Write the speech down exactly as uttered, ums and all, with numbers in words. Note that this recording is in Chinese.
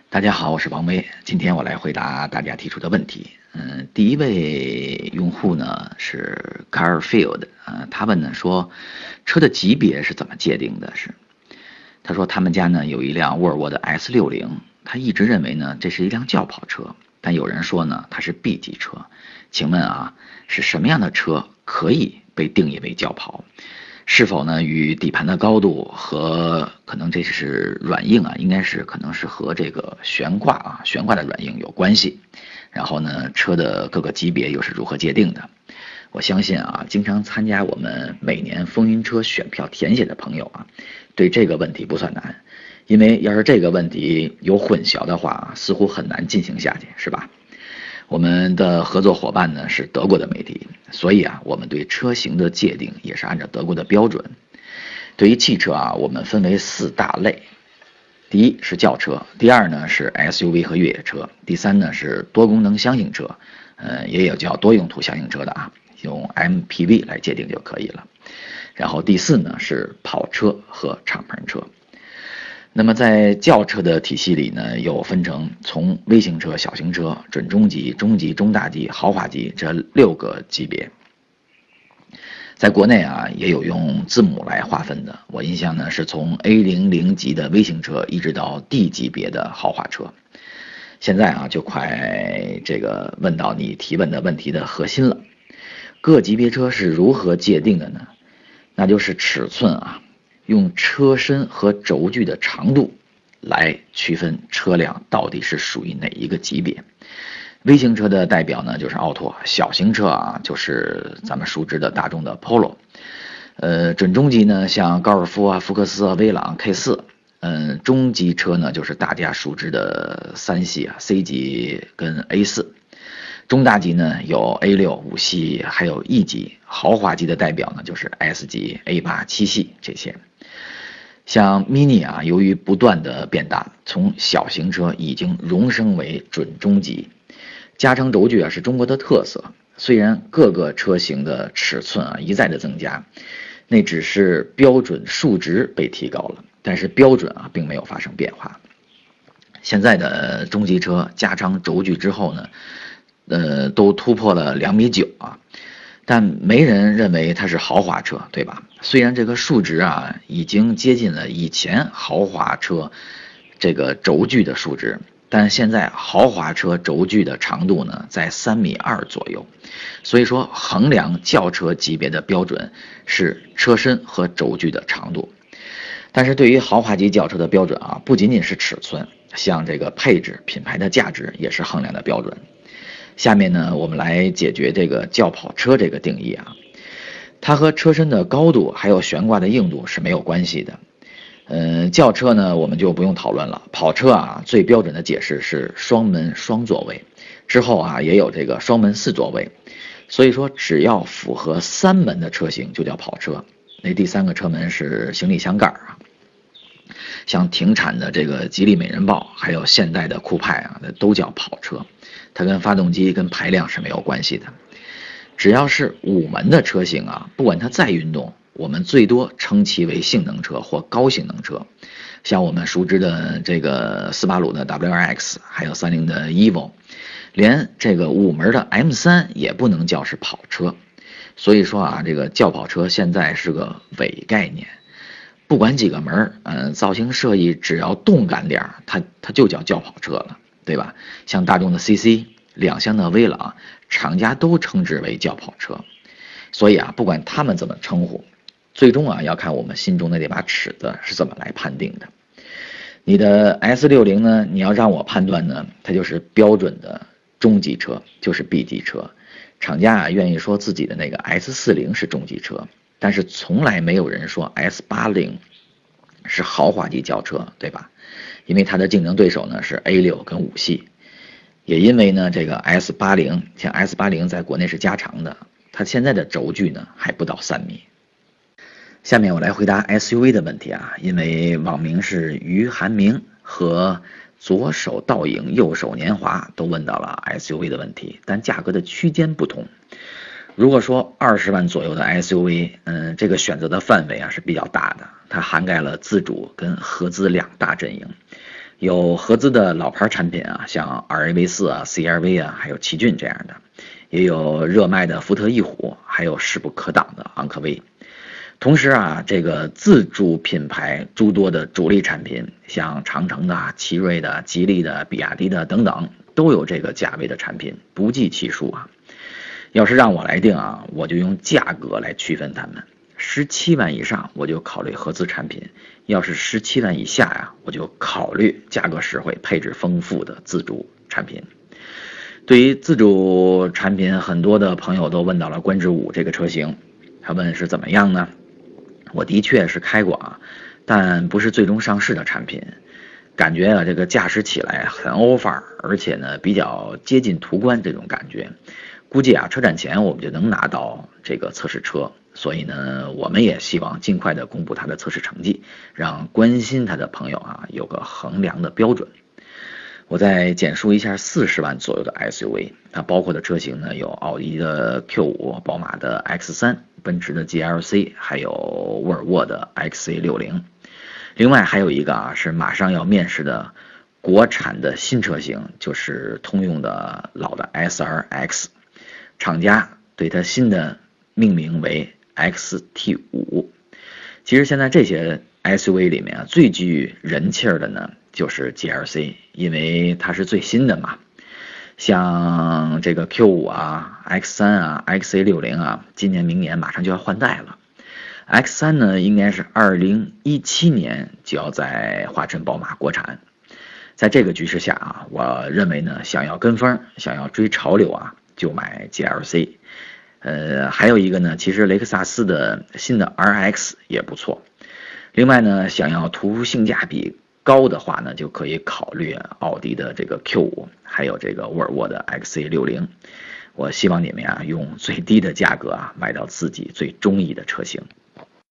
大家好，我是王威，今天我来回答大家提出的问题。嗯，第一位用户呢是 Carfield，呃，他问呢说，车的级别是怎么界定的？是，他说他们家呢有一辆沃尔沃的 S 六十，他一直认为呢这是一辆轿跑车，但有人说呢它是 B 级车。请问啊，是什么样的车可以被定义为轿跑？是否呢与底盘的高度和可能这是软硬啊，应该是可能是和这个悬挂啊悬挂的软硬有关系。然后呢，车的各个级别又是如何界定的？我相信啊，经常参加我们每年风云车选票填写的朋友啊，对这个问题不算难，因为要是这个问题有混淆的话，似乎很难进行下去，是吧？我们的合作伙伴呢是德国的媒体，所以啊，我们对车型的界定也是按照德国的标准。对于汽车啊，我们分为四大类：第一是轿车，第二呢是 S U V 和越野车，第三呢是多功能厢型车，呃，也有叫多用途厢型车的啊，用 M P V 来界定就可以了。然后第四呢是跑车和敞篷车。那么在轿车的体系里呢，又分成从微型车、小型车、准中级、中级、中大级、豪华级这六个级别。在国内啊，也有用字母来划分的。我印象呢，是从 A 零零 级的微型车一直到 D 级别的豪华车。现在啊，就快这个问到你提问的问题的核心了。各级别车是如何界定的呢？那就是尺寸啊。用车身和轴距的长度来区分车辆到底是属于哪一个级别。微型车的代表呢就是奥拓，小型车啊就是咱们熟知的大众的 Polo， 呃，准中级呢像高尔夫啊、福克斯啊、威朗 K 四， 嗯，中级车呢就是大家熟知的三系啊 C 级跟 A 四。中大级呢有 A 六、五系，还有 E 级。豪华级的代表呢就是 S 级、A 八、七系这些。像 Mini 啊，由于不断的变大，从小型车已经荣升为准中级。加长轴距啊是中国的特色，虽然各个车型的尺寸啊一再的增加，那只是标准数值被提高了，但是标准啊并没有发生变化。现在的中级车加长轴距之后呢，呃，都突破了两米九啊。但没人认为它是豪华车，对吧？虽然这个数值啊已经接近了以前豪华车这个轴距的数值，但现在豪华车轴距的长度呢在三米二左右。所以说衡量轿车级别的标准是车身和轴距的长度。但是对于豪华级轿车的标准啊，不仅仅是尺寸，像这个配置、品牌的价值也是衡量的标准。下面呢，我们来解决这个轿跑车这个定义啊，它和车身的高度还有悬挂的硬度是没有关系的。嗯，轿车呢我们就不用讨论了，跑车啊最标准的解释是双门双座位，之后啊也有这个双门四座位，所以说只要符合三门的车型就叫跑车。那第三个车门是行李箱盖啊。像停产的这个吉利美人豹，还有现代的酷派啊，都叫跑车。它跟发动机跟排量是没有关系的。只要是五门的车型啊，不管它再运动，我们最多称其为性能车或高性能车。像我们熟知的这个斯巴鲁的 W R X， 还有三菱的 Evo， 连这个五门的 M 三 也不能叫是跑车。所以说啊，这个轿跑车现在是个伪概念。不管几个门，嗯，造型设计只要动感点，它它就叫轿跑车了，对吧？像大众的 C C， 两厢的威朗，厂家都称之为轿跑车。所以啊，不管他们怎么称呼，最终啊要看我们心中的这把尺子是怎么来判定的。你的 S 六十 呢，你要让我判断呢，它就是标准的中级车，就是 B 级车。厂家啊愿意说自己的那个 S 四十 是中级车。但是从来没有人说 S 八十 是豪华级轿车，对吧？因为它的竞争对手呢是 A 六 跟五系，也因为呢这个 S 八十 像 S 八十 在国内是加长的，它现在的轴距呢还不到三米。下面我来回答 S U V 的问题啊，因为网名是于寒明和左手倒影右手年华都问到了 S U V 的问题，但价格的区间不同。如果说二十万左右的 S U V， 嗯，这个选择的范围啊是比较大的，它涵盖了自主跟合资两大阵营。 有合资的老牌产品啊，像 R A V 四 啊、C R V 啊，还有奇骏这样的，也有热卖的福特翼虎，还有势不可挡的昂科威。同时啊，这个自主品牌诸多的主力产品，像长城的、奇瑞的、吉利的、比亚迪的等等，都有这个价位的产品，不计其数啊。要是让我来定啊，我就用价格来区分它们。十七万以上我就考虑合资产品，要是十七万以下呀、啊，我就考虑价格实惠、配置丰富的自主产品。对于自主产品，很多的朋友都问到了观致五这个车型，他问是怎么样呢？我的确是开过啊，但不是最终上市的产品，感觉啊这个驾驶起来很欧范儿，而且呢比较接近途观这种感觉。估计啊车展前我们就能拿到这个测试车，所以呢我们也希望尽快的公布它的测试成绩，让关心它的朋友啊有个衡量的标准。我再简述一下四十万左右的 S U V， 它包括的车型呢有奥迪的 Q 五、宝马的 X 三、奔驰的 G L C， 还有沃尔沃的 X C 六十。另外还有一个啊是马上要面世的国产的新车型，就是通用的老的 S R X， 厂家对它新的命名为 X T 五。其实现在这些 S U V 里面啊最具人气的呢就是 G L C， 因为它是最新的嘛。像这个 Q 五 啊、X 三 啊、X C 六十 啊，今年明年马上就要换代了。X 三 呢应该是二零一七年就要在华晨宝马国产。在这个局势下啊，我认为呢想要跟风，想要追潮流啊，就买 G L C。呃，还有一个呢，其实雷克萨斯的新的 R X 也不错。另外呢，想要图性价比高的话呢，就可以考虑奥迪的这个 Q 五，还有这个沃尔沃的 X C 六十。我希望你们啊，用最低的价格啊，买到自己最中意的车型。